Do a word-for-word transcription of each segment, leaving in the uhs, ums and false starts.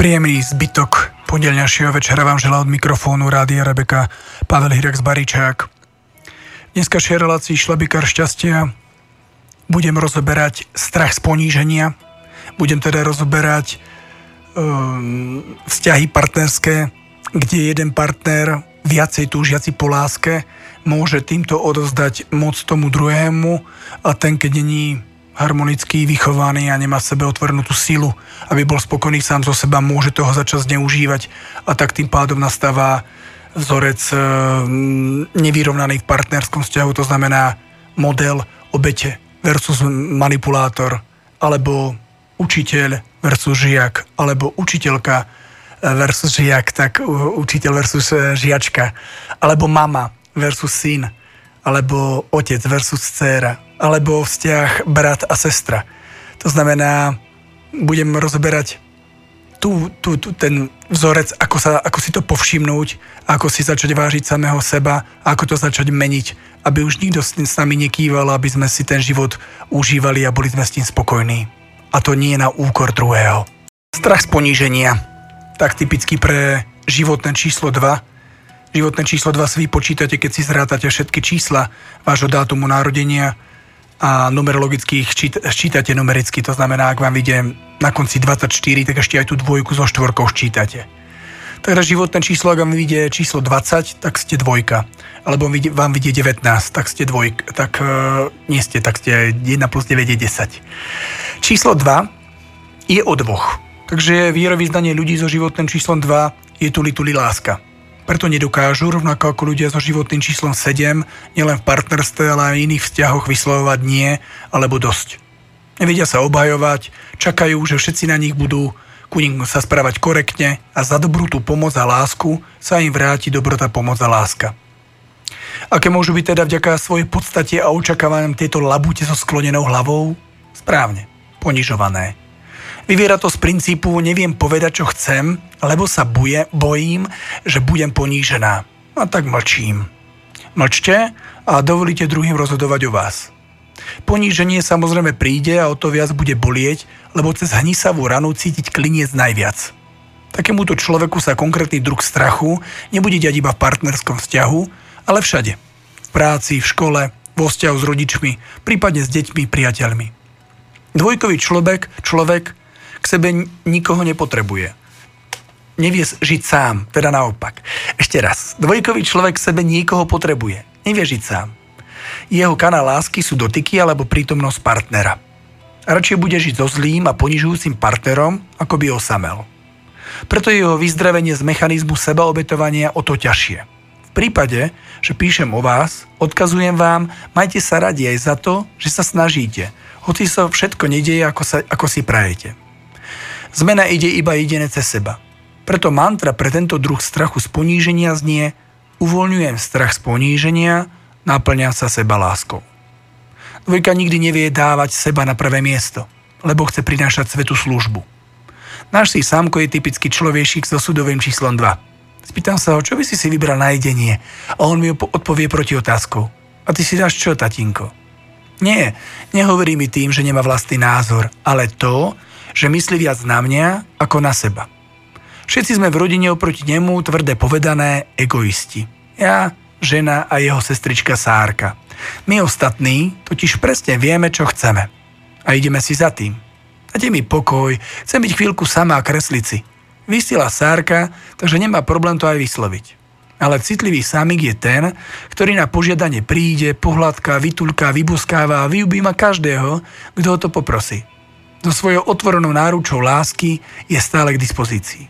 Príjemný zbytok pondelňajšieho večera vám želá od mikrofónu Rádia Rebeka Pavel Hirax Baričák. V dneskašej relácii Šlabikár šťastia budem rozoberať strach z poníženia. Budem teda rozoberať um, vzťahy partnerské, kde jeden partner viacej túžiaci po láske môže týmto odovzdať moc tomu druhému a ten, keď není harmonicky vychovaný a nemá v sebe otvorenú tú silu, aby bol spokojný sám zo seba, môže toho začať zneužívať a tak tým pádom nastáva vzorec e, nevyrovnaný v partnerskom vzťahu, to znamená model obete versus manipulátor, alebo učiteľ versus žiak, alebo učiteľka versus žiak, tak učiteľ versus žiačka, alebo mama versus syn, alebo otec versus dcéra, alebo vzťah brat a sestra. To znamená, budem rozoberať tú, tú, tú, ten vzorec, ako, sa, ako si to povšimnúť, ako si začať vážiť samého seba, ako to začať meniť, aby už nikto s nami nekýval, aby sme si ten život užívali a boli sme s tým spokojní. A to nie na úkor druhého. Strach z poníženia. Tak typicky pre životné číslo dva. Životné číslo dva si vypočítate, keď si zrátate všetky čísla vášho dátumu narodenia a numerologicky ich ščítate numericky. To znamená, ak vám vyjde na konci dvadsaťštyri, tak ešte aj tú dvojku so štvorkou ščítate. Takže životné číslo, ak vám vyjde číslo dvadsať, tak ste dvojka. Alebo vám vyjde devätnásť, tak ste dvojka. Tak uh, nie ste, tak ste jeden plus deväť je desať. Číslo dva je o dvoch. Takže vierovyznanie ľudí so životným číslom dva je tuli tuli láska. Preto nedokážu, rovnako ako ľudia so životným číslom sedem, nielen v partnerstve, ale aj v iných vzťahoch vyslovovať nie alebo dosť. Nevedia sa obhajovať, čakajú, že všetci na nich budú ku nim sa správať korektne a za dobrú tú pomoc a lásku sa im vráti dobrota, pomoc a láska. Aké môžu byť teda vďaka svojej podstate a očakávaniam tieto labúte so sklonenou hlavou? Správne, ponižované. Vyviera to z princípu neviem povedať, čo chcem, lebo sa buje, bojím, že budem ponížená. A tak mlčím. Mlčte a dovolíte druhým rozhodovať o vás. Poníženie samozrejme príde a o to viac bude bolieť, lebo cez hnisavú ranu cítiť kliniec najviac. Takémuto človeku sa konkrétny druh strachu nebude diať iba v partnerskom vzťahu, ale všade. V práci, v škole, vo vzťahu s rodičmi, prípadne s deťmi, priateľmi. Dvojkový človek, človek k sebe nikoho nepotrebuje. Nevie žiť sám, teda naopak. Ešte raz, dvojkový človek k sebe niekoho potrebuje. Nevie žiť sám. Jeho kanál lásky sú dotyky alebo prítomnosť partnera. Radšej bude žiť so zlým a ponižujúcim partnerom, ako by osamel. Preto je jeho vyzdravenie z mechanizmu sebaobetovania o to ťažšie. V prípade, že píšem o vás, odkazujem vám, majte sa radi aj za to, že sa snažíte, hoci sa všetko nedieje, ako, sa, ako si prajete. Zmena ide iba jedine cez seba. Preto mantra pre tento druh strachu z poníženia znie: uvoľňujem strach z poníženia, naplňa sa seba láskou. Dvojka nikdy nevie dávať seba na prvé miesto, lebo chce prinášať svetu službu. Náš si sámko je typický človešík so súdovým číslom dva. Spýtam sa ho, čo by si si vybral na jedenie, a on mi odpovie proti otázkou: a ty si dáš čo, tatínko? Nie, nehovorí mi tým, že nemá vlastný názor, ale to, že myslí viac na mňa ako na seba. Všetci sme v rodine oproti nemu, tvrdé povedané, egoisti. Ja, žena a jeho sestrička Sárka. My ostatní totiž presne vieme, čo chceme. A ideme si za tým. Dajte mi pokoj, chcem byť chvíľku sama a kresliť si. Vystila Sárka, takže nemá problém to aj vysloviť. Ale citlivý samík je ten, ktorý na požiadanie príde, pohľadká, vytulká, vybuskáva a vyubíma každého, kto ho to poprosí. So svojou otvorenou náručou lásky je stále k dispozícii.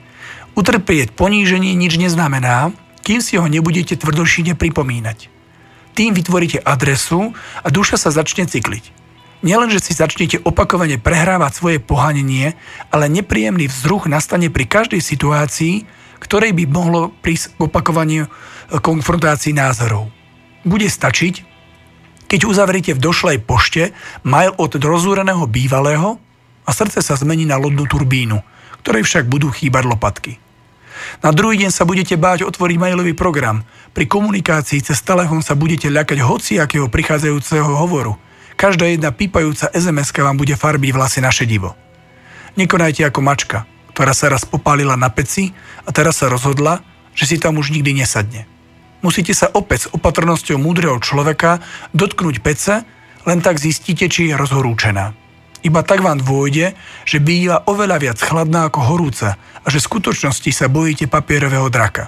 Utrpieť poníženie nič neznamená, kým si ho nebudete tvrdošine pripomínať. Tým vytvoríte adresu a duša sa začne cykliť. Nielenže si začnete opakovane prehrávať svoje pohanenie, ale nepríjemný vzruch nastane pri každej situácii, ktorej by mohlo prísť k opakovaniu konfrontácií názorov. Bude stačiť, keď uzavriete v došlej pošte mail od rozúreného bývalého a srdce sa zmení na lodnú turbínu, ktorej však budú chýbať lopatky. Na druhý deň sa budete báť otvoriť mailový program. Pri komunikácii cez telefón sa budete ľakať hociakého prichádzajúceho hovoru. Každá jedna pípajúca es em eska vám bude farbiť vlasy na šedivo. Nekonajte ako mačka, ktorá sa raz popálila na peci a teraz sa rozhodla, že si tam už nikdy nesadne. Musíte sa opäť s opatrnosťou múdreho človeka dotknúť pece, len tak zistíte, či je rozhorúčená. Iba tak vám dôjde, že býva oveľa viac chladná ako horúca a že v skutočnosti sa bojíte papierového draka.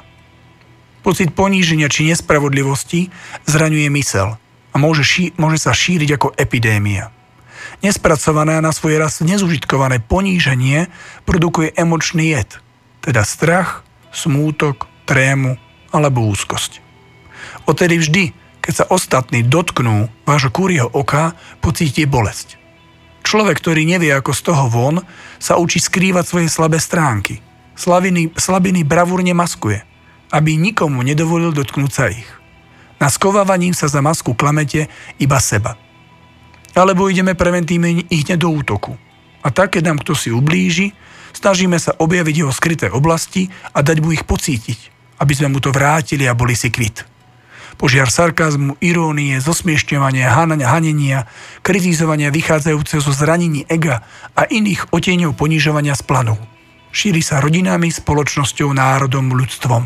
Pocit poníženia či nespravodlivosti zraňuje myseľ a môže, ší, môže sa šíriť ako epidémia. Nespracované a na svoj raz nezužitkované poníženie produkuje emočný jed, teda strach, smútok, trému alebo úzkosť. Odtedy vždy, keď sa ostatní dotknú vášho kúrieho oka, pocíti bolesť. Človek, ktorý nevie, ako z toho von, sa učí skrývať svoje slabé stránky. Slabiny, slabiny bravúrne maskuje, aby nikomu nedovolil dotknúť sa ich. Naskovávaním sa za masku klamete iba seba. Alebo ideme preventívne ich hneď do útoku. A tak, keď nám kto si ublíži, snažíme sa objaviť jeho skryté oblasti a dať mu ich pocítiť, aby sme mu to vrátili a boli si kvit. Požiar sarkazmu, irónie, zosmiešťovania, hanenia, kritizovania vychádzajúceho zo zranení ega a iných otieňov ponižovania splanú. Šíri sa rodinami, spoločnosťou, národom, ľudstvom.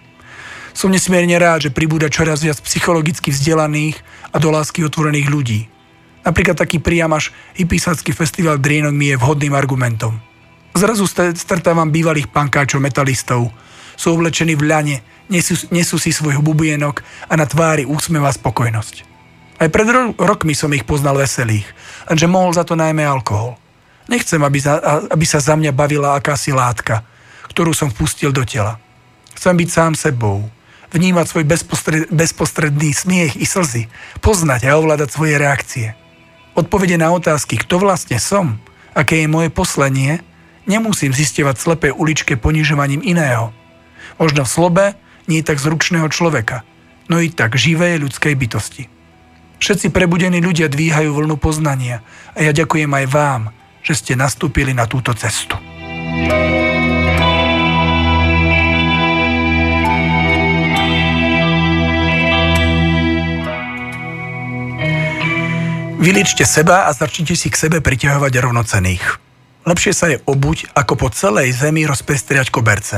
Som nesmierne rád, že pribúda čoraz viac psychologicky vzdelaných a do lásky otvorených ľudí. Napríklad taký priam až hippiesácky festival Drienok mi je vhodným argumentom. Zrazu stretávam bývalých pankáčov, metalistov. Sú oblečení v ľane, nesú, nesú si svoj bubienok a na tvári úsmev a spokojnosť. Aj pred ro- rokmi som ich poznal veselých, lenže mohol za to najmä alkohol. Nechcem, aby, za, aby sa za mňa bavila akási látka, ktorú som vpustil do tela. Chcem byť sám sebou, vnímať svoj bezpostred, bezpostredný smiech i slzy, poznať a ovládať svoje reakcie. Odpovede na otázky, kto vlastne som, aké je moje poslanie, nemusím zisťovať v slepej uličke ponižovaním iného. Možno v slobe nie tak zručného človeka, no i tak živej ľudskej bytosti. Všetci prebudení ľudia dvíhajú vlnu poznania a ja ďakujem aj vám, že ste nastúpili na túto cestu. Vyliečte seba a začnite si k sebe priťahovať rovnocenných. Lepšie sa je obuť, ako po celej zemi rozpestriať koberce.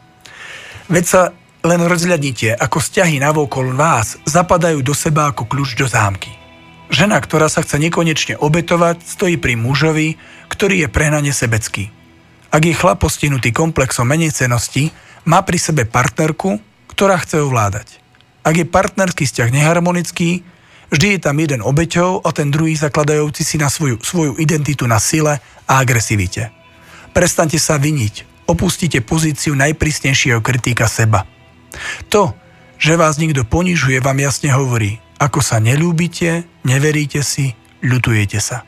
Veď sa len rozhľadnite, ako vzťahy navokol vás zapadajú do seba ako kľúč do zámky. Žena, ktorá sa chce nekonečne obetovať, stojí pri mužovi, ktorý je prehnane sebecký. Ak je chlap postihnutý komplexom menejcennosti, má pri sebe partnerku, ktorá chce ovládať. Ak je partnerský vzťah neharmonický, vždy je tam jeden obeťou a ten druhý zakladajúci si na svoju, svoju identitu na sile a agresivite. Prestaňte sa viniť. Opustite pozíciu najprísnejšieho kritika seba. To, že vás niekto ponižuje, vám jasne hovorí, ako sa neľúbite, neveríte si, ľutujete sa.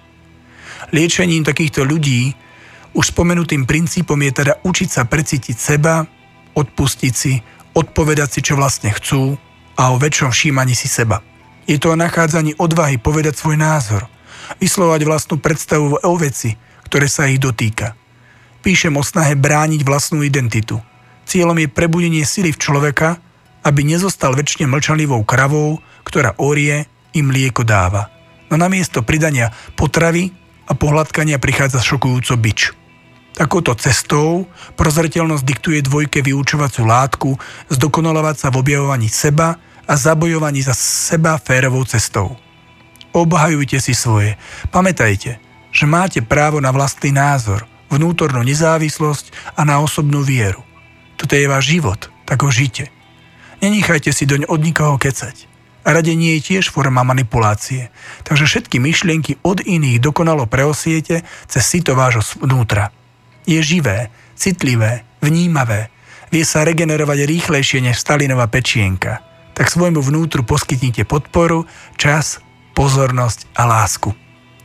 Liečením takýchto ľudí už spomenutým princípom je teda učiť sa precítiť seba, odpustiť si, odpovedať si, čo vlastne chcú a o väčšom všímaní si seba. Je to o nachádzaní odvahy povedať svoj názor, vyslovať vlastnú predstavu o veci, ktoré sa ich dotýka. Píšem o snahe brániť vlastnú identitu. Cieľom je prebudenie sily v človeka, aby nezostal väčšine mlčanlivou kravou, ktorá orie i mlieko dáva. No namiesto pridania potravy a pohľadkania prichádza šokujúco bič. Takouto cestou prozreteľnosť diktuje dvojke vyučovacú látku zdokonalovať sa v objavovaní seba a zabojovaní za seba férovou cestou. Obhajujte si svoje. Pamätajte, že máte právo na vlastný názor, vnútornú nezávislosť a na osobnú vieru. Toto je váš život, tak ho žite. Nenechajte si doň od nikoho kecať. A radenie je tiež forma manipulácie, takže všetky myšlienky od iných dokonalo preosiete cez sito vášho vnútra. Je živé, citlivé, vnímavé, vie sa regenerovať rýchlejšie než Stalinova pečienka. Tak svojmu vnútru poskytnite podporu, čas, pozornosť a lásku.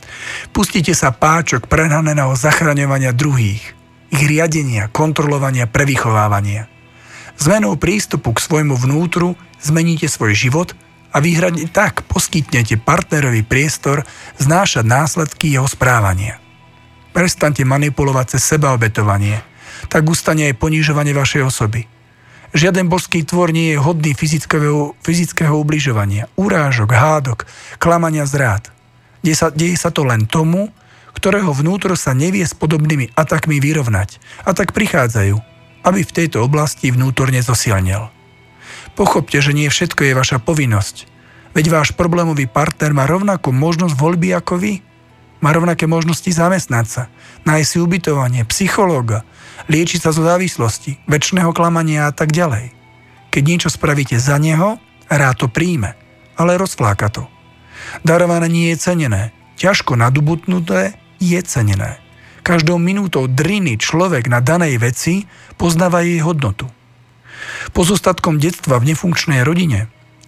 Pustite sa páčok prehnaného zachraňovania druhých, ich riadenia, kontrolovania, prevychovávania. Zmenou prístupu k svojmu vnútru zmeníte svoj život a výhradne tak poskytnete partnerovi priestor znášať následky jeho správania. Prestaňte manipulovať cez sebaobetovanie, tak ustane aj ponižovanie vašej osoby. Žiaden božský tvor nie je hodný fyzického, fyzického ubližovania, urážok, hádok, klamania zrád. Deje sa, deje sa to len tomu, ktorého vnútro sa nevie s podobnými atakmi vyrovnať, a tak prichádzajú, aby v tejto oblasti vnútorne zosilnil. Pochopte, že nie všetko je vaša povinnosť, veď váš problémový partner má rovnakú možnosť voľby ako vy. Má rovnaké možnosti zamestnať sa, nájsť si ubytovanie, psychológa, liečiť sa zo závislosti, večného klamania a tak ďalej. Keď niečo spravíte za neho, rád to príjme, ale rozfláka to. Darované nie je cenené, ťažko nadobudnuté je cenené. Každou minútou driny človek na danej veci poznáva jej hodnotu. Pozostatkom detstva v nefunkčnej rodine,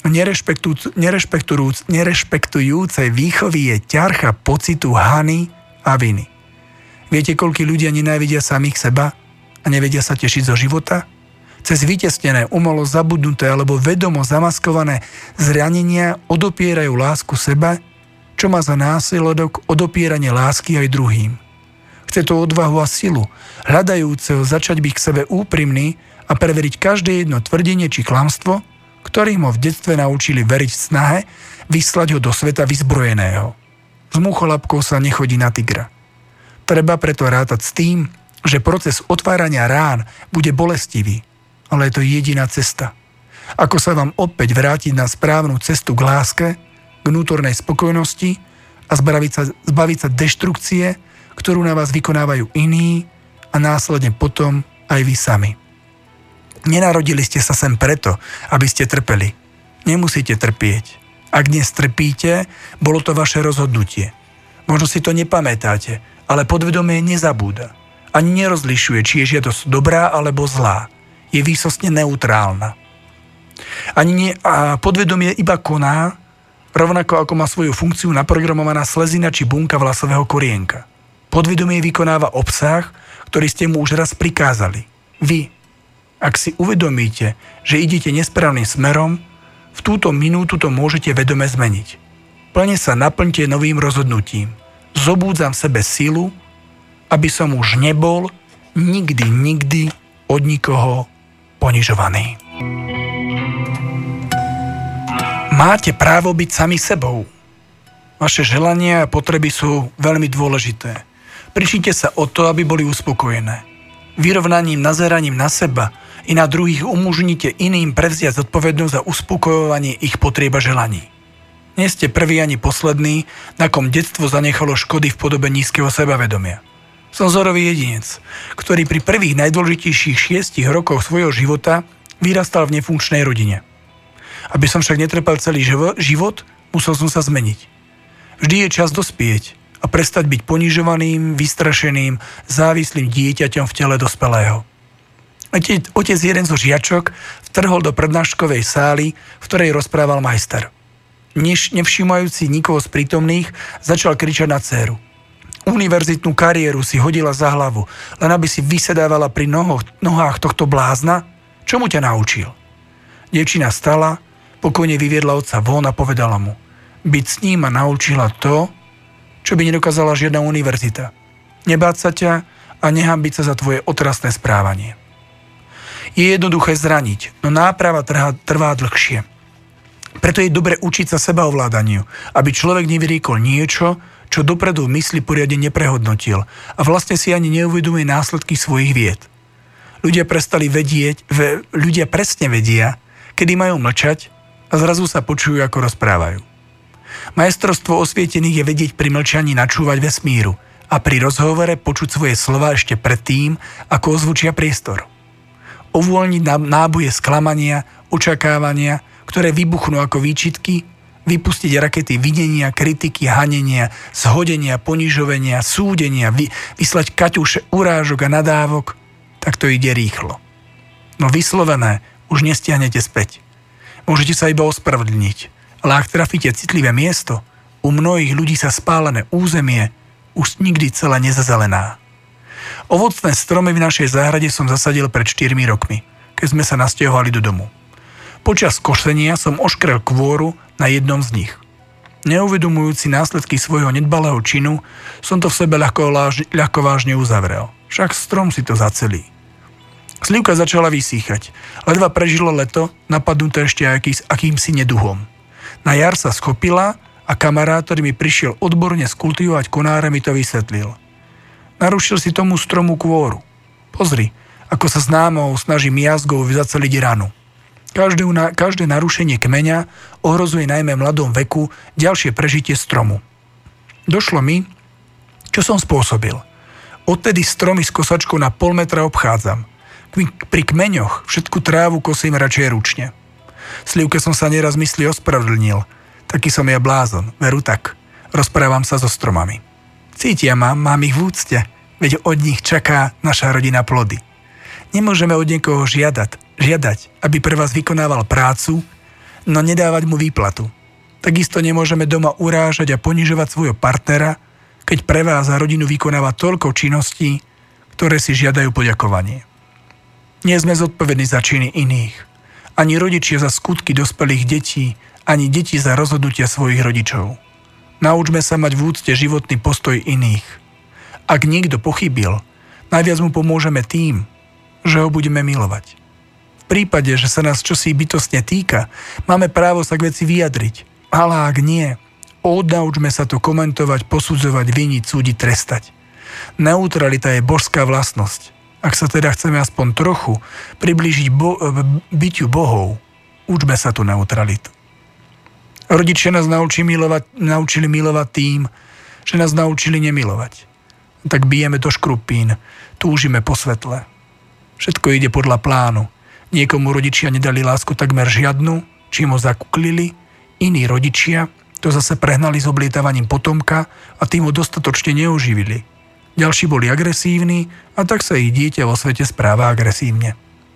nerešpektujúcej výchovy je ťarcha pocitu hany a viny. Viete, koľko ľudia nenávidia samých seba a nevedia sa tešiť zo života? Cez vytesnené, umelo zabudnuté alebo vedomo zamaskované zranenia odopierajú lásku seba, čo má za následok odopieranie lásky aj druhým. Chce to odvahu a silu, hľadajúceho začať byť k sebe úprimný a preveriť každé jedno tvrdenie či klamstvo, ktorým ho v detstve naučili veriť v snahe vyslať ho do sveta vyzbrojeného. S mucholapkou sa nechodí na tigra. Treba preto rátať s tým, že proces otvárania rán bude bolestivý, ale je to jediná cesta. Ako sa vám opäť vrátiť na správnu cestu k láske, k vnútornej spokojnosti a zbaviť sa, zbaviť sa deštrukcie, ktorú na vás vykonávajú iní a následne potom aj vy sami. Nenarodili ste sa sem preto, aby ste trpeli. Nemusíte trpieť. Ak dnes trpíte, bolo to vaše rozhodnutie. Možno si to nepamätáte, ale podvedomie nezabúda. Ani nerozlišuje, či je žiadosť dobrá alebo zlá. Je výsostne neutrálna. Ani nie, a podvedomie iba koná, rovnako ako má svoju funkciu naprogramovaná slezina či bunka vlasového korienka. Podvedomie vykonáva obsah, ktorý ste mu už raz prikázali. Vy, ak si uvedomíte, že idete nesprávnym smerom, v túto minútu to môžete vedome zmeniť. Plne sa naplňte novým rozhodnutím. Zobúdzam v sebe silu, aby som už nebol nikdy, nikdy od nikoho ponižovaný. Máte právo byť sami sebou. Vaše želania a potreby sú veľmi dôležité. Pričnite sa o to, aby boli uspokojené. Vyrovnaním, nazeraním na seba i na druhých umožnite iným prevziať zodpovednosť za uspokojovanie ich potrieb a želaní. Nie ste prvý ani posledný, na kom detstvo zanechalo škody v podobe nízkeho sebavedomia. Som vzorový jedinec, ktorý pri prvých najdôležitejších šiestich rokoch svojho života vyrastal v nefunkčnej rodine. Aby som však netrpel celý život, musel som sa zmeniť. Vždy je čas dospieť a prestať byť ponižovaným, vystrašeným, závislým dieťaťom v tele dospelého. Otec jeden zo žiačok vtrhol do prednáškovej sály, v ktorej rozprával majster. Než nevšímajúci nikoho z prítomných, začal kričať na dcéru. Univerzitnú kariéru si hodila za hlavu, len aby si vysedávala pri nohoch, nohách tohto blázna? Čo mu ťa naučil? Dievčina stala, pokojne vyviedla otca von a povedala mu: byť s ním ma naučila to, čo by nedokázala žiadna univerzita. Nebáť sa ťa a nehanbiť sa za tvoje otrasné správanie. Je jednoduché zraniť, no náprava trvá, trvá dlhšie. Preto je dobre učiť sa sebaovládaniu, aby človek nevyriekol niečo, čo dopredu v mysli poriadne neprehodnotil a vlastne si ani neuvedomuje následky svojich vied. Ľudia prestali vedieť, ve, ľudia presne vedia, kedy majú mlčať a zrazu sa počujú, ako rozprávajú. Majstrovstvo osvietených je vedieť pri mlčaní načúvať vesmíru a pri rozhovore počuť svoje slova ešte predtým, ako ozvučia priestor. Uvoľniť náboje sklamania, očakávania, ktoré vybuchnú ako výčitky, vypustiť rakety vinenia, kritiky, hanenia, zhodenia, ponižovania, súdenia, vy, vyslať kaťuše urážok a nadávok, tak to ide rýchlo. No vyslovené už nestiahnete späť. Môžete sa iba ospravedlniť, ale ak trafíte citlivé miesto, u mnohých ľudí sa spálené územie už nikdy celé nezazelená. Ovocné stromy v našej záhrade som zasadil pred štyrmi rokmi, keď sme sa nasťahovali do domu. Počas košenia som oškrel kôru na jednom z nich. Neuvedomujúci následky svojho nedbalého činu, som to v sebe ľahko, ľahko vážne uzavrel. Však strom si to zacelí. Slivka začala vysýchať. Ledva prežilo leto, napadnuté ešte aký, akýmsi neduhom. Na jar sa schopila a A kamarát, ktorý mi prišiel odborne skultivovať konáre, mi to vysvetlil. Narušil si tomu stromu kôru. Pozri, ako sa známou snaží miazgou zaceliť ranu. Každé, každé narušenie kmeňa ohrozuje najmä v mladom veku ďalšie prežitie stromu. Došlo mi, čo som spôsobil. Odtedy stromy s kosačkou na pol metra obchádzam. Pri kmeňoch všetku trávu kosím radšej ručne. Slivke som sa neraz mysli ospravedlnil. Taký som ja blázon, veru tak. Rozprávam sa so stromami. Cítia ma, mám ich v úcte, veď od nich čaká naša rodina plody. Nemôžeme od niekoho žiadať, žiadať, aby pre vás vykonával prácu, no nedávať mu výplatu. Takisto nemôžeme doma urážať a ponižovať svojho partnera, keď pre vás a rodinu vykonáva toľko činností, ktoré si žiadajú poďakovanie. Nie sme zodpovední za činy iných. Ani rodičia za skutky dospelých detí, ani deti za rozhodnutia svojich rodičov. Naučme sa mať v úcte životný postoj iných. Ak niekto pochybil, najviac mu pomôžeme tým, že ho budeme milovať. V prípade, že sa nás čosi bytostne týka, máme právo sa k veci vyjadriť. Ale ak nie, odnaučme sa to komentovať, posudzovať, viniť, súdiť, trestať. Neutralita je božská vlastnosť. Ak sa teda chceme aspoň trochu priblížiť bo- bytiu bohov, učme sa tú neutralitu. Rodičia nás naučili milovať, naučili milovať tým, že nás naučili nemilovať. Tak bijeme do škrupín, túžime po svetle. Všetko ide podľa plánu. Niekomu rodičia nedali lásku takmer žiadnu, čím ho zakuklili, iní rodičia to zase prehnali s oblietavaním potomka a tým ho dostatočne neuživili. Ďalší boli agresívni a tak sa ich dieťa vo svete správa agresívne.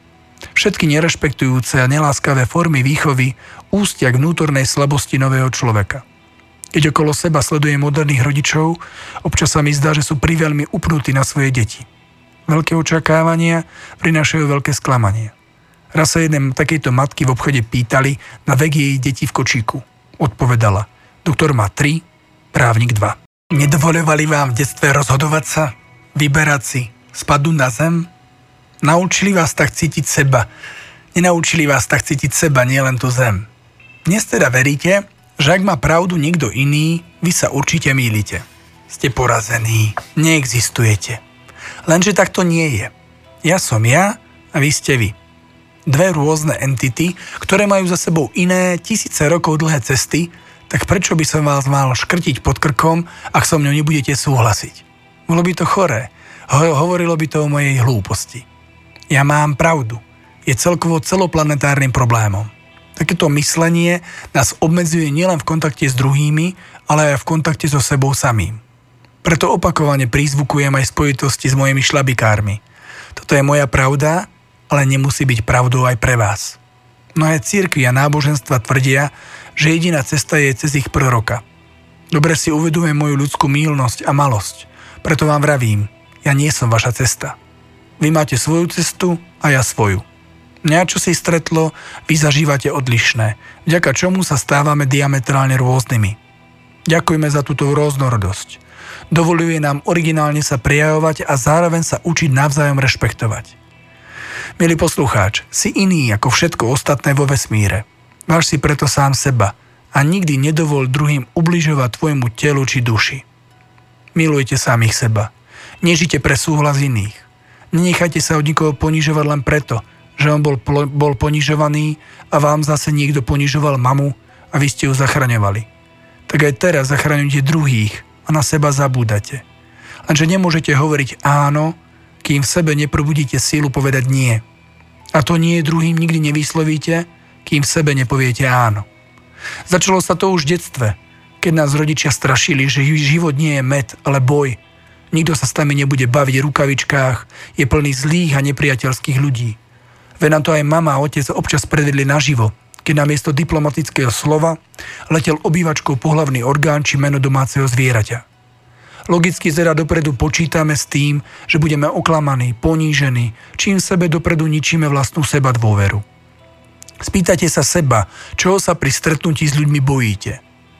Všetky nerešpektujúce a neláskavé formy výchovy ústia k vnútornej slabosti nového človeka. Keď okolo seba sledujem moderných rodičov, občas sa mi zdá, že sú priveľmi upnutí na svoje deti. Veľké očakávania prinášajú veľké sklamanie. Raz sa jednej takejto matky v obchode pýtali na vek jej detí v kočíku. Odpovedala, doktor má tri, právnik dva. Nedovoľovali vám v detstve rozhodovať sa, vyberať si, spadnúť na zem? Naučili vás tak cítiť seba. Nenaučili vás tak cítiť seba, nielen tú zem. Dnes teda veríte, že ak má pravdu niekto iný, vy sa určite mýlite. Ste porazení, neexistujete. Lenže tak to nie je. Ja som ja a vy ste vy. Dve rôzne entity, ktoré majú za sebou iné tisíce rokov dlhé cesty, tak prečo by som vás mal škrtiť pod krkom, ak so mnou nebudete súhlasiť? Bolo by to choré. Ho- hovorilo by to o mojej hlúposti. Ja mám pravdu. Je celkovo celoplanetárnym problémom. Takéto myslenie nás obmedzuje nielen v kontakte s druhými, ale aj v kontakte so sebou samým. Preto opakovane prízvukujem aj spojitosti s mojimi šlabikármi. Toto je moja pravda, ale nemusí byť pravdou aj pre vás. Mnohé cirkvi a náboženstva tvrdia, že jediná cesta je cez ich proroka. Dobre si uvedomujem moju ľudskú mylnosť a malosť. Preto vám vravím, ja nie som vaša cesta. Vy máte svoju cestu a ja svoju. Mňa, čo si stretlo, vy zažívate odlišné, vďaka čomu sa stávame diametrálne rôznymi. Ďakujeme za túto rôznorodosť. Dovoľuje nám originálne sa prejavovať a zároveň sa učiť navzájom rešpektovať. Milý poslucháč, si iný ako všetko ostatné vo vesmíre. Váž si preto sám seba a nikdy nedovol druhým ubližovať tvojmu telu či duši. Milujte samých seba. Nežite pre súhlas iných. Nenechajte sa od nikoho ponižovať len preto, že on bol, bol ponižovaný a vám zase niekto ponižoval mamu a vy ste ju zachraňovali. Tak aj teraz zachraňujte druhých a na seba zabúdate. Lenže nemôžete hovoriť áno, kým v sebe neprobudíte sílu povedať nie. A to nie druhým nikdy nevyslovíte, kým v sebe nepoviete áno. Začalo sa to už v detstve, keď nás rodičia strašili, že život nie je med, ale boj. Nikto sa s nami nebude baviť v rukavičkách, je plný zlých a nepriateľských ľudí. Veď nám to aj mama a otec občas predvedli naživo, keď namiesto diplomatického slova letel obývačkou pohlavný orgán či meno domáceho zvieraťa. Logicky zera dopredu počítame s tým, že budeme oklamaní, ponížení, čím v sebe dopredu ničíme vlastnú seba dôveru. Spýtajte sa seba, čoho sa pri stretnutí s ľuďmi bojíte.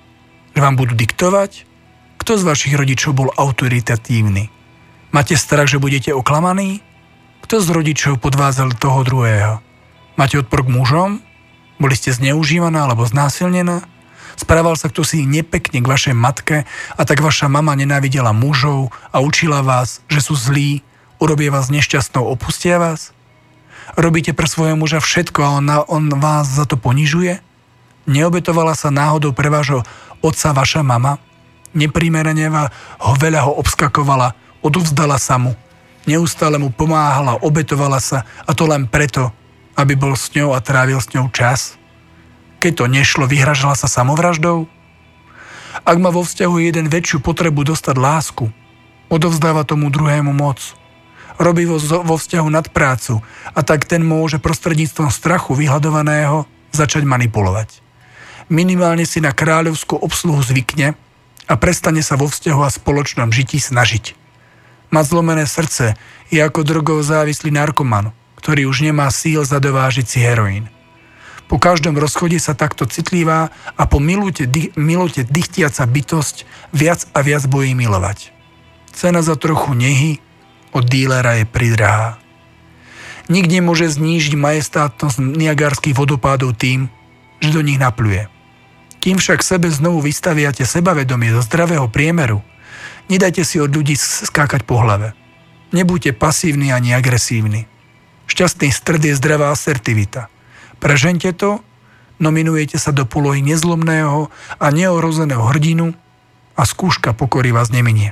Že vám budú diktovať? Kto z vašich rodičov bol autoritatívny? Máte strach, že budete oklamaní? Kto z rodičov podvádzal toho druhého? Máte odpor k mužom? Boli ste zneužívaná alebo znásilnená? Správal sa kto si nepekne k vašej matke a tak vaša mama nenávidela mužov a učila vás, že sú zlí, urobia vás nešťastnou, opustia vás? Robíte pre svojho muža všetko a on, on vás za to ponižuje? Neobetovala sa náhodou pre vášho otca vaša mama? Neprimerane ho veľa ho obskakovala, odovzdala sa mu, neustále mu pomáhala, obetovala sa a to len preto, aby bol s ňou a trávil s ňou čas? Keď to nešlo, vyhražala sa samovraždou? Ak má vo vzťahu jeden väčšiu potrebu dostať lásku, odovzdáva tomu druhému moc. Robí vo, vo vzťahu nadprácu a tak ten môže prostredníctvom strachu vyhľadovaného začať manipulovať. Minimálne si na kráľovskú obsluhu zvykne a prestane sa vo vzťahu a spoločnom žití snažiť. Mať zlomené srdce je ako drogov závislý narkoman, ktorý už nemá síl zadovážiť si heroín. Po každom rozchode sa takto citlivá a po milute, dy, milute dychtiaca bytosť viac a viac bojí milovať. Cena za trochu nehy od dílera je pridrahá. Nik nemôže znížiť majestátnosť niagárskych vodopádov tým, že do nich napľuje. Kým však sebe znovu vystaviate sebavedomie do zdravého priemeru, nedajte si od ľudí skákať po hlave. Nebuďte pasívni ani agresívni. Šťastný stred je zdravá asertivita. Prežente to, nominujete sa do polohy nezlomného a neohrozeného hrdinu a skúška pokory vás neminie.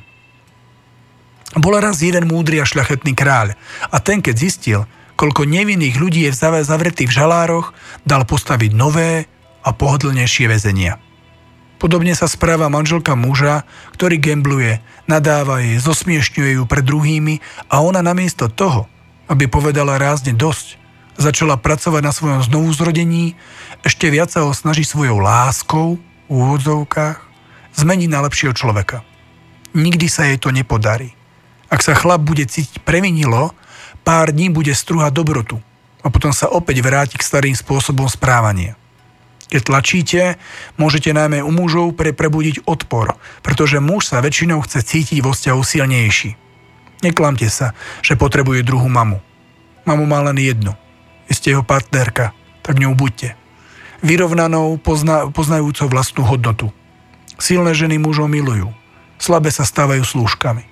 Bol raz jeden múdry a šľachetný kráľ a ten, keď zistil, koľko nevinných ľudí je zavretých v žalároch, dal postaviť nové a pohodlnejšie väzenia. Podobne sa správa manželka muža, ktorý gembluje, nadáva jej, zosmiešňuje ju pred druhými a ona namiesto toho, aby povedala rázne dosť, začala pracovať na svojom znovuzrodení, ešte viac sa ho snaží svojou láskou, v úvodzovkách, zmeniť na lepšieho človeka. Nikdy sa jej to nepodarí. Ak sa chlap bude cítiť previnilo, pár dní bude strúhať dobrotu a potom sa opäť vráti k starým spôsobom správania. Keď tlačíte, môžete najmä u mužov pre prebudiť odpor, pretože muž sa väčšinou chce cítiť vo vzťahu silnejší. Neklamte sa, že potrebuje druhú mamu. Mamu má len jednu. Vy ste jeho partnerka, tak ňou buďte. Vyrovnanou, pozna, poznajúcou vlastnú hodnotu. Silné ženy mužov milujú, slabé sa stávajú slúžkami.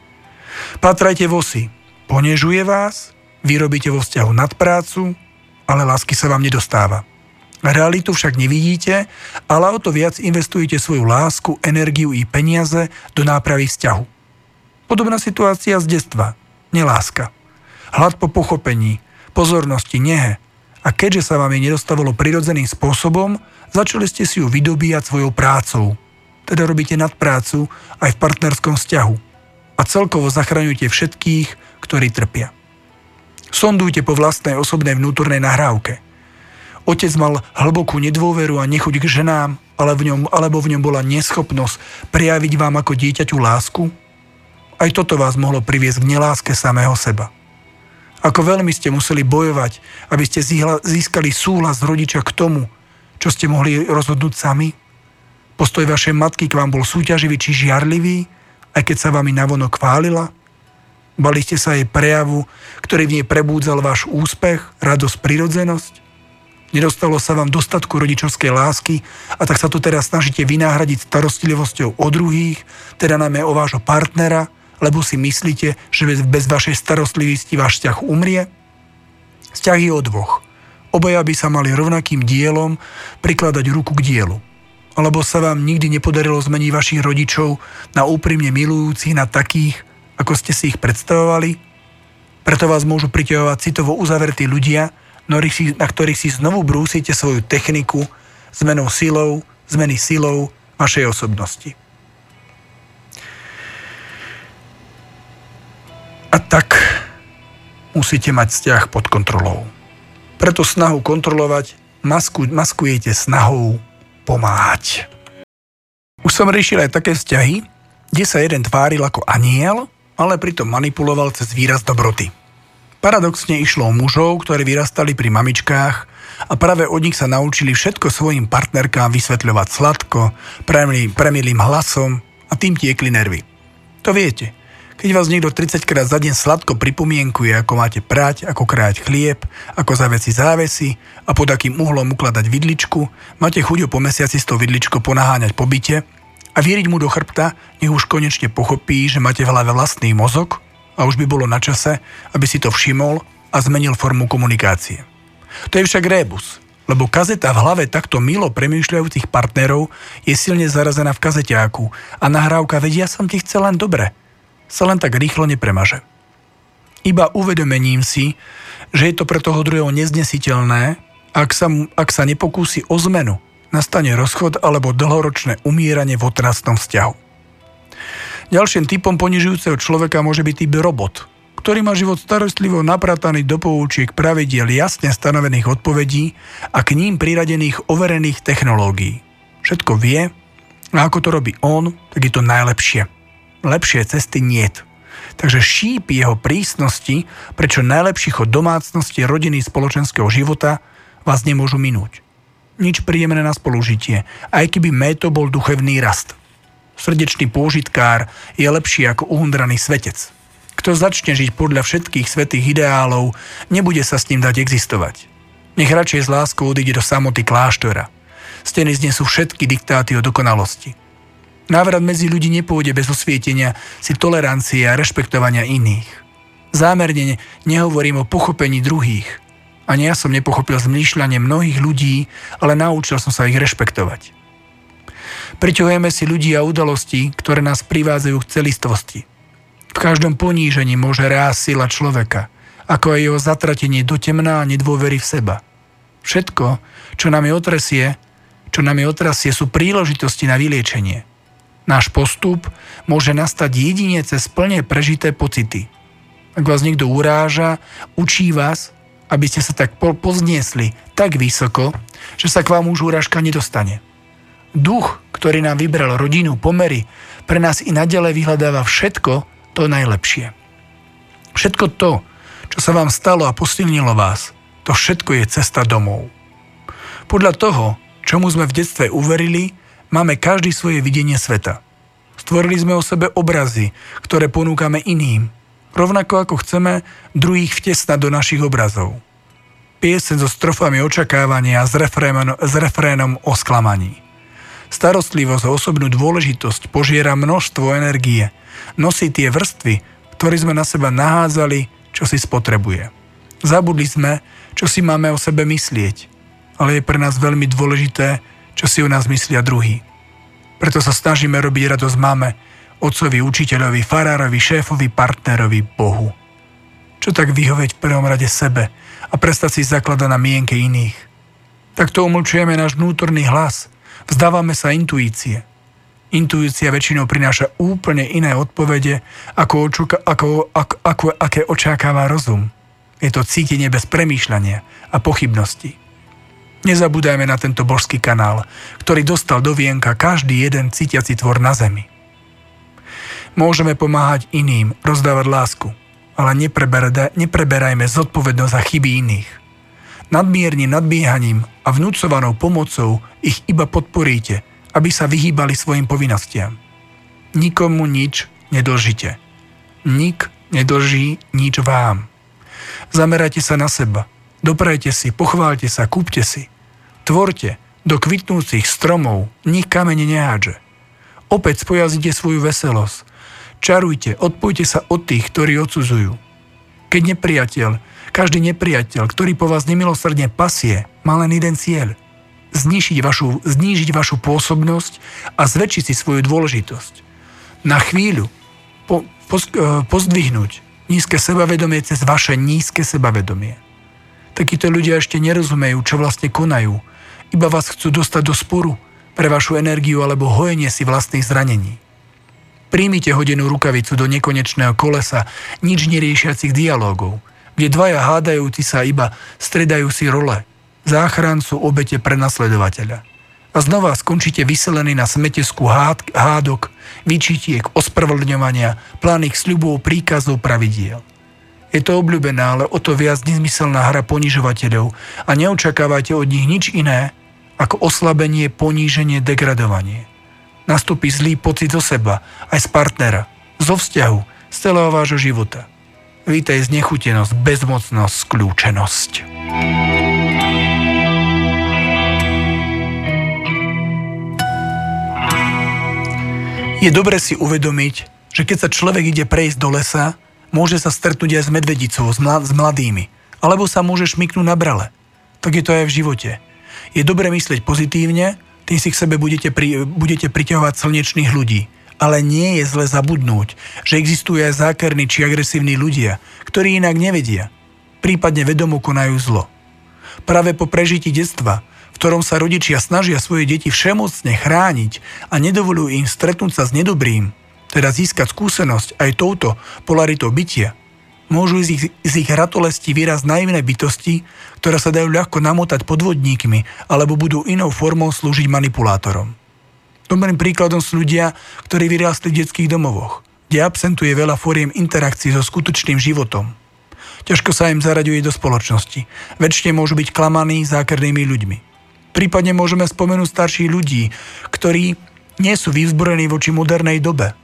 Patrajte vosi, ponežuje vás, vy robíte vo vzťahu nadprácu, ale lásky sa vám nedostáva. Realitu však nevidíte, ale o to viac investujete svoju lásku, energiu i peniaze do nápravy vzťahu. Podobná situácia z detstva, neláska. Hlad po pochopení, pozornosti, nehe. A keďže sa vám jej nedostávalo prirodzeným spôsobom, začali ste si ju vydobíjať svojou prácou. Teda robíte nadprácu aj v partnerskom vzťahu. A celkovo zachraňujte všetkých, ktorí trpia. Sondujte po vlastnej osobnej vnútornej nahrávke. Otec mal hlbokú nedôveru a nechuť k ženám, ale v ňom, alebo v ňom bola neschopnosť prejaviť vám ako dieťaťu lásku? Aj toto vás mohlo priviesť k neláske samého seba. Ako veľmi ste museli bojovať, aby ste získali súhlas rodiča k tomu, čo ste mohli rozhodnúť sami? Postoj vašej matky k vám bol súťaživý či žiarlivý, aj keď sa vami navonok chválila? Bali ste sa jej prejavu, ktorý v nej prebúdzal váš úspech, radosť, prirodzenosť? Nedostalo sa vám dostatku rodičovskej lásky a tak sa tu teraz snažíte vynáhradiť starostlivosťou o druhých, teda najmä o vášho partnera, lebo si myslíte, že bez vašej starostlivosti váš vzťah umrie? Vzťah je o dvoch. Obaja by sa mali rovnakým dielom prikladať ruku k dielu. Alebo sa vám nikdy nepodarilo zmeniť vašich rodičov na úprimne milujúcich, na takých, ako ste si ich predstavovali? Preto vás môžu priťahovať citovo uzavretí ľudia, na ktorých si znovu brúsite svoju techniku zmenou silou, zmeny silou vašej osobnosti. A tak musíte mať vzťah pod kontrolou. Preto snahu kontrolovať masku, maskujete snahou pomáhať. Už som riešil aj také vzťahy, kde sa jeden tváril ako anjel, ale pritom manipuloval cez výraz dobroty. Paradoxne išlo o mužov, ktorí vyrastali pri mamičkách a práve od nich sa naučili všetko svojim partnerkám vysvetľovať sladko, premilým hlasom a tým tiekli nervy. To viete. Keď vás niekto tridsaťkrát za deň sladko pripomienkuje, ako máte prať, ako krájať chlieb, ako zaveci závesy a pod akým uhlom ukladať vidličku, máte chuť ho po mesiaci s tou vidličkou ponaháňať po byte a vieriť mu do chrbta, nech už konečne pochopí, že máte v hlave vlastný mozog a už by bolo na čase, aby si to všimol a zmenil formu komunikácie. To je však rébus, lebo kazeta v hlave takto milo premýšľajúcich partnerov je silne zarazená v kazeťáku a nahrávka "veď ja som ti chcel len dobre" sa len tak rýchlo nepremaže. Iba uvedomením si, že je to pre toho druhého neznesiteľné, ak sa, ak sa nepokúsi o zmenu, nastane rozchod alebo dlhoročné umíranie v otrasnom vzťahu. Ďalším typom ponižujúceho človeka môže byť typ robot, ktorý má život starostlivo naprataný do poučiek pravidiel jasne stanovených odpovedí a k ním priradených overených technológií. Všetko vie a ako to robí on, tak je to najlepšie. Lepšie cesty niet. Takže šíp jeho prísnosti, prečo najlepší chod domácnosti, rodiny, spoločenského života vás nemôžu minúť. Nič príjemné na spolužitie, aj keby méto bol duchovný rast. Srdečný pôžitkár je lepší ako uhundraný svetec. Kto začne žiť podľa všetkých svätých ideálov, nebude sa s ním dať existovať. Nech radšej s láskou odíde do samoty kláštora. Steny znesú všetky diktáty o dokonalosti. Návrat medzi ľudí nepôjde bez osvietenia si tolerancie a rešpektovania iných. Zámerne nehovorím o pochopení druhých. Ani ja som nepochopil zmýšľanie mnohých ľudí, ale naučil som sa ich rešpektovať. Priťahujeme si ľudí a udalosti, ktoré nás privádzajú k celistvosti. V každom ponížení môže rásť sila človeka, ako aj jeho zatratenie do temna a nedôvery v seba. Všetko, čo nám je otrasie, čo nám je otrasie, sú príležitosti na vyliečenie. Náš postup môže nastať jedine cez plne prežité pocity. Ak vás niekto uráža, učí vás, aby ste sa tak pozniesli tak vysoko, že sa k vám už urážka nedostane. Duch, ktorý nám vybral rodinu, pomery, pre nás i naďalej vyhľadáva všetko to najlepšie. Všetko to, čo sa vám stalo a posilnilo vás, to všetko je cesta domov. Podľa toho, čomu sme v detstve uverili, máme každý svoje videnie sveta. Stvorili sme o sebe obrazy, ktoré ponúkame iným, rovnako ako chceme druhých vtesnať do našich obrazov. Pieseň so strofami očakávania a s refrénom, s refrénom o sklamaní. Starostlivosť o osobnú dôležitosť požiera množstvo energie, nosí tie vrstvy, ktoré sme na seba nahádzali, čo si spotrebuje. Zabudli sme, čo si máme o sebe myslieť, ale je pre nás veľmi dôležité, čo si o nás myslia druhí. Preto sa snažíme robiť radosť mame, otcovi, učiteľovi, farárovi, šéfovi, partnerovi, Bohu. Čo tak vyhovieť v prvom rade sebe a prestať si zakladať na mienke iných? Takto umlčujeme náš vnútorný hlas, vzdávame sa intuície. Intuícia väčšinou prináša úplne iné odpovede, ako, očuka, ako, ako, ako aké očakáva rozum. Je to cítenie bez premýšľania a pochybností. Nezabúdajme na tento božský kanál, ktorý dostal do vienka každý jeden cítiaci tvor na zemi. Môžeme pomáhať iným, rozdávať lásku, ale nepreberajme zodpovednosť za chyby iných. Nadmiernym nadbiehaním a vnúcovanou pomocou ich iba podporíte, aby sa vyhýbali svojim povinnostiam. Nikomu nič nedlžite. Nik nedlží nič vám. Zamerajte sa na seba. Doprajte si, pochváľte sa, kúpte si. Tvorte, do kvitnúcich stromov nik kamene nehádže. Opäť spojaznite svoju veselosť. Čarujte, odpojte sa od tých, ktorí odsudzujú. Keď nepriateľ, každý nepriateľ, ktorý po vás nemilosrdne pasie, má len jeden cieľ. Znížiť vašu, znížiť vašu pôsobnosť a zväčšiť si svoju dôležitosť. Na chvíľu po, po, pozdvihnúť nízke sebavedomie cez vaše nízke sebavedomie. Takíto ľudia ešte nerozumejú, čo vlastne konajú. Iba vás chcú dostať do sporu pre vašu energiu alebo hojenie si vlastných zranení. Príjmite hodenú rukavicu do nekonečného kolesa nič neriešiacich dialógov, kde dvaja hádajúci sa iba stredajú si role, záchrancu, obete, prenasledovateľa. A znova skončíte vyselení na smetesku hád, hádok, výčitiek, ospravedlňovania, plánych sľubov, príkazov, pravidiel. Je to obľúbená, ale o to viac nezmyselná hra ponižovateľov a neočakávajte od nich nič iné ako oslabenie, poníženie, degradovanie. Nastúpi zlý pocit zo seba, aj z partnera, zo vzťahu, z celého vášho života. Vítaj znechutenosť, bezmocnosť, skľúčenosť. Je dobre si uvedomiť, že keď sa človek ide prejsť do lesa, môže sa stretnúť aj s medvedicou, s mladými, alebo sa môže šmyknúť na brale. Tak je to aj v živote. Je dobre myslieť pozitívne, tým si k sebe budete, pri, budete priťahovať slnečných ľudí. Ale nie je zle zabudnúť, že existujú aj zákerní či agresívni ľudia, ktorí inak nevedia, prípadne vedomo konajú zlo. Práve po prežití detstva, v ktorom sa rodičia snažia svoje deti všemocne chrániť a nedovolujú im stretnúť sa s nedobrým, teda získať skúsenosť aj touto polaritou bytia, môžu z ich, z ich ratolesti výraz naivné bytosti, ktoré sa dajú ľahko namotať podvodníkmi alebo budú inou formou slúžiť manipulátorom. Dobrým príkladom sú ľudia, ktorí vyrástli v detských domovoch, kde absentuje veľa foriem interakcií so skutočným životom. Ťažko sa im zaraďuje do spoločnosti. Väčšine môžu byť klamaní zákernými ľuďmi. Prípadne môžeme spomenúť starších ľudí, ktorí nie sú vyzbrojení voči modernej dobe.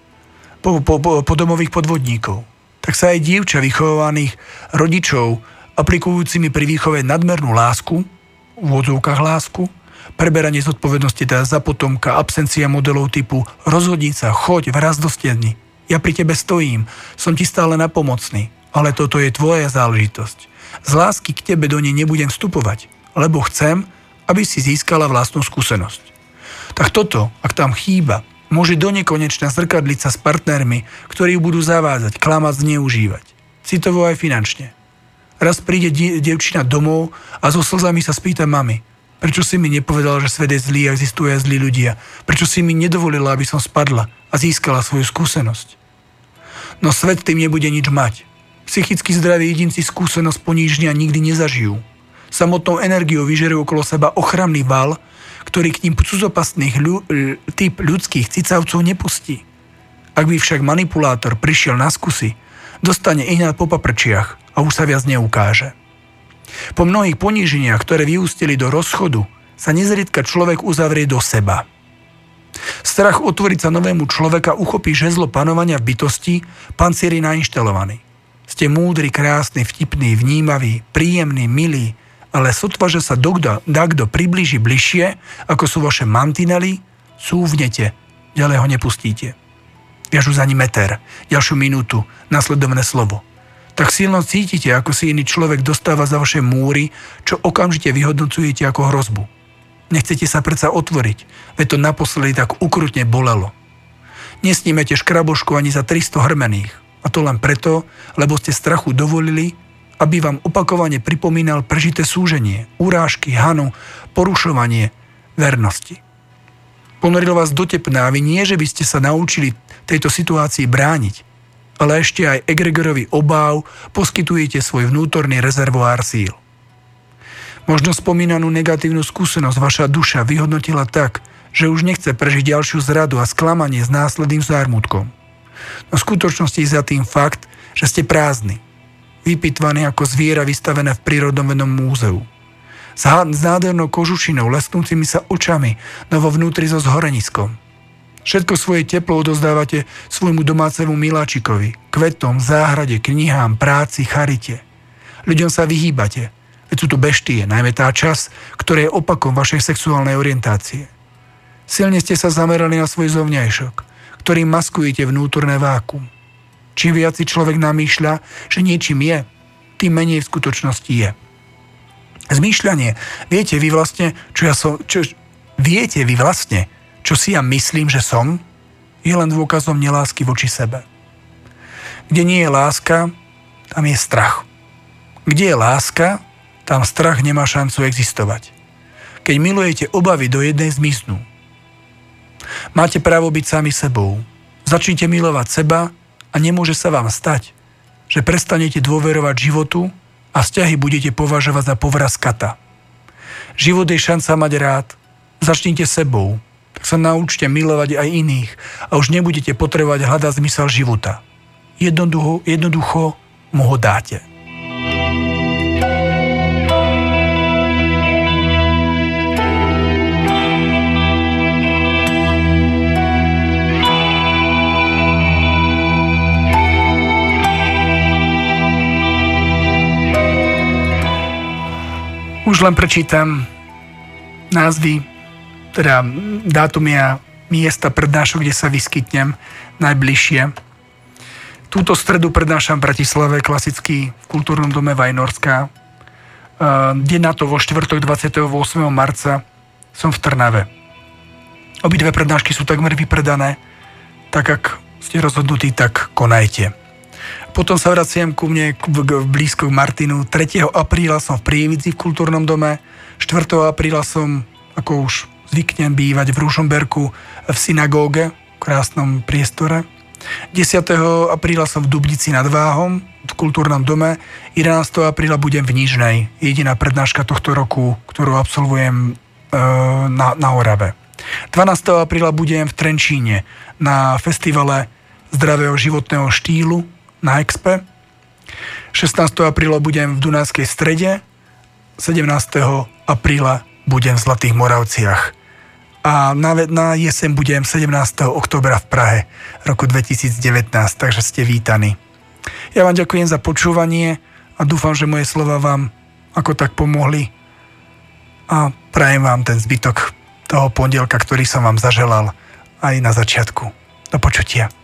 Po, po, po, po domových podvodníkov. Tak sa aj dievča vychovaných rodičov, aplikujúcimi pri výchove nadmernú lásku, v odzovkách lásku, preberanie zodpovednosti teda za potomka, absencia modelov typu rozhodni sa, choď, vraz do steny. Ja pri tebe stojím, som ti stále napomocný, ale toto je tvoja záležitosť. Z lásky k tebe do nej nebudem vstupovať, lebo chcem, aby si získala vlastnú skúsenosť. Tak toto, ak tam chýba, môže donekonečna zrkadliť sa s partnermi, ktorí ju budú zavádzať, klamať, zneužívať. Citovo aj finančne. Raz príde die, dievčina domov a so slzami sa spýta mami, prečo si mi nepovedala, že svet je zlý a existujú aj zlí ľudia? Prečo si mi nedovolila, aby som spadla a získala svoju skúsenosť? No svet tým nebude nič mať. Psychicky zdraví jedinci skúsenosť poníženia nikdy nezažijú. Samotnou energiou vyžerú okolo seba ochranný val, ktorý k ním cudzopastných ľu, typ ľudských cicavcov nepustí. Ak by však manipulátor prišiel na skúsi, dostane ihňa po paprčiach a už sa viac neukáže. Po mnohých poníženiach, ktoré vyústili do rozchodu, sa nezriedka človek uzavrie do seba. Strach otvoriť sa novému človeka uchopí žezlo panovania v bytosti, pancier je nainštalovaný. Ste múdri, krásni, vtipní, vnímaví, príjemní, milí, ale sotva, že sa dokto, dakto priblíži bližšie, ako sú vaše mantinely, cúvnete, ďalej ho nepustíte. Viažu za ním meter, ďalšiu minútu, nasledovné slovo. Tak silno cítite, ako si iný človek dostáva za vaše múry, čo okamžite vyhodnocujete ako hrozbu. Nechcete sa predsa otvoriť, veď to naposledy tak ukrutne bolelo. Nesnímete škrabošku ani za tristo hrmených, a to len preto, lebo ste strachu dovolili, aby vám opakovane pripomínal prežité súženie, urážky, hanu, porušovanie vernosti. Ponoril vás do tepna a vy nie, že by ste sa naučili tejto situácii brániť, ale ešte aj egregorovi obáv poskytujete svoj vnútorný rezervoár síl. Možno spomínanú negatívnu skúsenosť vaša duša vyhodnotila tak, že už nechce prežiť ďalšiu zradu a sklamanie s následným zármutkom. No v skutočnosti je za tým fakt, že ste prázdni, vypitvaný ako zviera vystavené v prírodovednom múzeu. S nádhernou kožušinou, lesknúcimi sa očami, no vo vnútri so zhoreniskom. Všetko svoje teplo odozdávate svojmu domácemu miláčikovi, kvetom, záhrade, knihám, práci, charite. Ľuďom sa vyhýbate, veď sú to beštie, najmä tá časť, ktorá je opakom vašej sexuálnej orientácie. Silne ste sa zamerali na svoj zovňajšok, ktorým maskujete vnútorné vákuum. Čím viac si človek namýšľa, že niečím je, tým menej v skutočnosti je. Zmýšľanie, viete vy vlastne, čo ja som, čo, viete vy vlastne, čo si ja myslím, že som, je len dôkazom nelásky voči sebe. Kde nie je láska, tam je strach. Kde je láska, tam strach nemá šancu existovať. Keď milujete obavy, do jednej zmiznú. Máte právo byť sami sebou. Začnite milovať seba, a nemôže sa vám stať, že prestanete dôverovať životu a vzťahy budete považovať za povraz kata. Život je šanca mať rád. Začnite sebou, tak sa naučte milovať aj iných a už nebudete potrebovať hľadať zmysel života. Jednoducho, jednoducho mu ho dáte. Už len prečítam názvy, teda dátumy a miesta prednášok, kde sa vyskytnem najbližšie. Túto stredu prednášam v Bratislave klasicky v Kultúrnom dome Vajnorská. Deň na to vo štvrtok dvadsiateho ôsmeho marca som v Trnave. Obidve prednášky sú takmer vypredané, tak ak ste rozhodnutí, tak konajte. Potom sa vraciam ku mne blízko k Martinu. tretieho apríla som v Prievidzi v Kultúrnom dome. štvrtého apríla som, ako už zvyknem, bývať v Ružomberku v synagóge, v krásnom priestore. desiateho apríla som v Dubnici nad Váhom v Kultúrnom dome. jedenásteho apríla budem v Nižnej. Jediná prednáška tohto roku, ktorú absolvujem e, na, na Orave. dvanásteho apríla budem v Trenčíne na festivale zdravého životného štýlu na Expe. šestnásteho apríla budem v Dunajskej Strede. sedemnásteho apríla budem v Zlatých Moravciach. A na, na jeseň budem sedemnásteho októbra v Prahe roku dvetisícdevätnásť, takže ste vítaní. Ja vám ďakujem za počúvanie a dúfam, že moje slova vám ako tak pomohli a prajem vám ten zbytok toho pondelka, ktorý som vám zaželal aj na začiatku. Do počutia.